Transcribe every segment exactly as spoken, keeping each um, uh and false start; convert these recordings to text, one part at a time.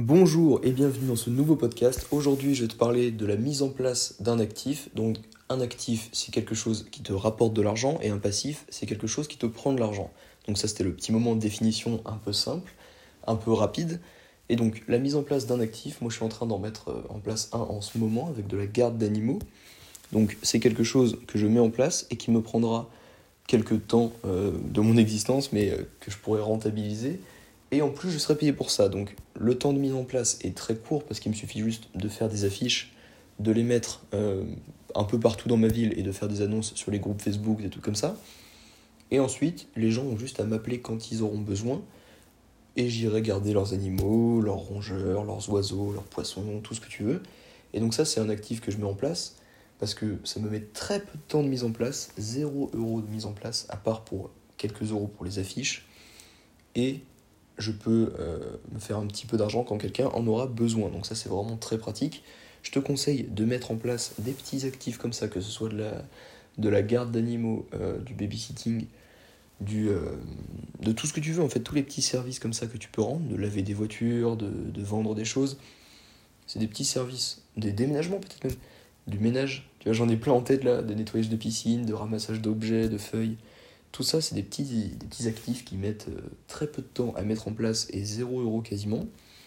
Bonjour et bienvenue dans ce nouveau podcast. Aujourd'hui, je vais te parler de la mise en place d'un actif. Donc, un actif, c'est quelque chose qui te rapporte de l'argent et un passif, c'est quelque chose qui te prend de l'argent. Donc ça, c'était le petit moment de définition un peu simple, un peu rapide. Et donc, la mise en place d'un actif, moi, je suis en train d'en mettre en place un en ce moment avec de la garde d'animaux. Donc, c'est quelque chose que je mets en place et qui me prendra quelques temps euh, de mon existence, mais euh, que je pourrais rentabiliser. Et en plus, je serai payé pour ça. Donc, le temps de mise en place est très court parce qu'il me suffit juste de faire des affiches, de les mettre euh, un peu partout dans ma ville et de faire des annonces sur les groupes Facebook, des trucs comme ça. Et ensuite, les gens ont juste à m'appeler quand ils auront besoin et j'irai garder leurs animaux, leurs rongeurs, leurs oiseaux, leurs poissons, tout ce que tu veux. Et donc ça, c'est un actif que je mets en place parce que ça me met très peu de temps de mise en place, zéro euro de mise en place, à part pour quelques euros pour les affiches. Et je peux euh, me faire un petit peu d'argent quand quelqu'un en aura besoin. Donc ça, c'est vraiment très pratique. Je te conseille de mettre en place des petits actifs comme ça, que ce soit de la, de la garde d'animaux, euh, du babysitting, du, euh, de tout ce que tu veux, en fait, tous les petits services comme ça que tu peux rendre, de laver des voitures, de, de vendre des choses. C'est des petits services, des déménagements peut-être même, du ménage. Tu vois, j'en ai plein en tête là, de nettoyage de piscine, de ramassage d'objets, de feuilles. Tout ça, c'est des petits, des petits actifs qui mettent euh, très peu de temps à mettre en place et zéro euro quasiment.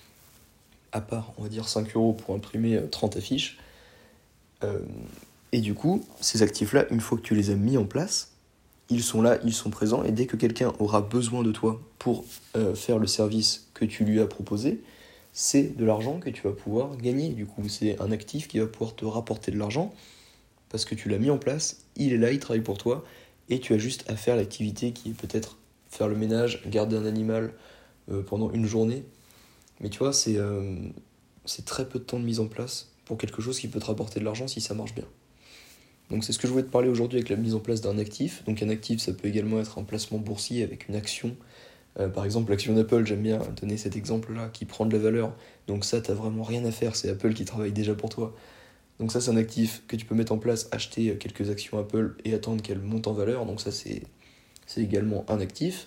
À part, on va dire, cinq euros pour imprimer euh, trente affiches. Euh, et du coup, ces actifs-là, une fois que tu les as mis en place, ils sont là, ils sont présents. Et dès que quelqu'un aura besoin de toi pour euh, faire le service que tu lui as proposé, c'est de l'argent que tu vas pouvoir gagner. Du coup, c'est un actif qui va pouvoir te rapporter de l'argent parce que tu l'as mis en place, il est là, il travaille pour toi. Et tu as juste à faire l'activité qui est peut-être faire le ménage, garder un animal euh, pendant une journée. Mais tu vois, c'est, euh, c'est très peu de temps de mise en place pour quelque chose qui peut te rapporter de l'argent si ça marche bien. Donc c'est ce que je voulais te parler aujourd'hui avec la mise en place d'un actif. Donc un actif, ça peut également être un placement boursier avec une action. Euh, par exemple, l'action d'Apple, j'aime bien donner cet exemple-là, qui prend de la valeur. Donc ça, t'as vraiment rien à faire, c'est Apple qui travaille déjà pour toi. Donc ça, c'est un actif que tu peux mettre en place, acheter quelques actions Apple et attendre qu'elles montent en valeur. Donc ça, c'est, c'est également un actif.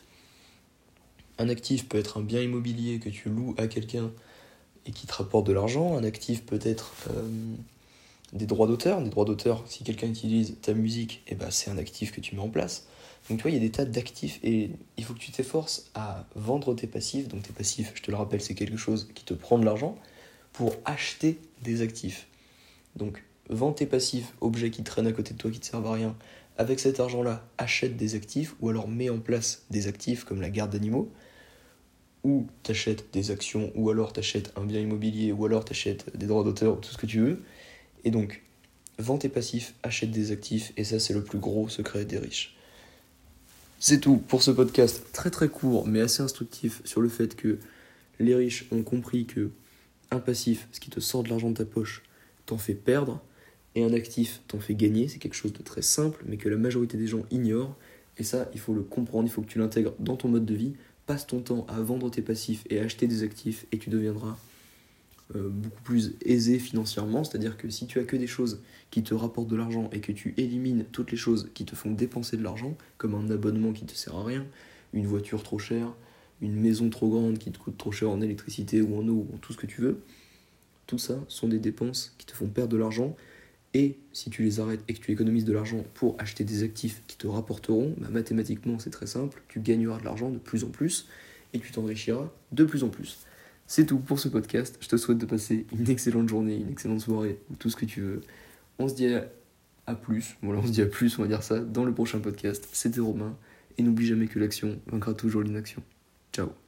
Un actif peut être un bien immobilier que tu loues à quelqu'un et qui te rapporte de l'argent. Un actif peut être euh, des droits d'auteur. Des droits d'auteur, si quelqu'un utilise ta musique, eh ben, c'est un actif que tu mets en place. Donc tu vois, il y a des tas d'actifs et il faut que tu t'efforces à vendre tes passifs. Donc tes passifs, je te le rappelle, c'est quelque chose qui te prend de l'argent pour acheter des actifs. Donc, vends tes passifs, objets qui traînent à côté de toi qui ne te servent à rien. Avec cet argent-là, achète des actifs ou alors mets en place des actifs comme la garde d'animaux, ou t'achètes des actions, ou alors t'achètes un bien immobilier, ou alors t'achètes des droits d'auteur, ou tout ce que tu veux. Et donc, vends tes passifs, achète des actifs, et ça, c'est le plus gros secret des riches. C'est tout pour ce podcast très très court, mais assez instructif sur le fait que les riches ont compris que un passif, ce qui te sort de l'argent de ta poche, t'en fait perdre, et un actif t'en fait gagner. C'est quelque chose de très simple, mais que la majorité des gens ignorent, et ça, il faut le comprendre, il faut que tu l'intègres dans ton mode de vie. Passe ton temps à vendre tes passifs et à acheter des actifs, et tu deviendras euh, beaucoup plus aisé financièrement, c'est-à-dire que si tu as que des choses qui te rapportent de l'argent, et que tu élimines toutes les choses qui te font dépenser de l'argent, comme un abonnement qui te sert à rien, une voiture trop chère, une maison trop grande qui te coûte trop cher en électricité ou en eau, ou en tout ce que tu veux, tout ça sont des dépenses qui te font perdre de l'argent. Et si tu les arrêtes et que tu économises de l'argent pour acheter des actifs qui te rapporteront, bah mathématiquement c'est très simple, tu gagneras de l'argent de plus en plus et tu t'enrichiras de plus en plus. C'est tout pour ce podcast, je te souhaite de passer une excellente journée, une excellente soirée, ou tout ce que tu veux. On se dit à, à plus, voilà, on se dit à plus, on va dire ça, dans le prochain podcast. C'était Romain, et n'oublie jamais que l'action vaincra toujours l'inaction. Ciao.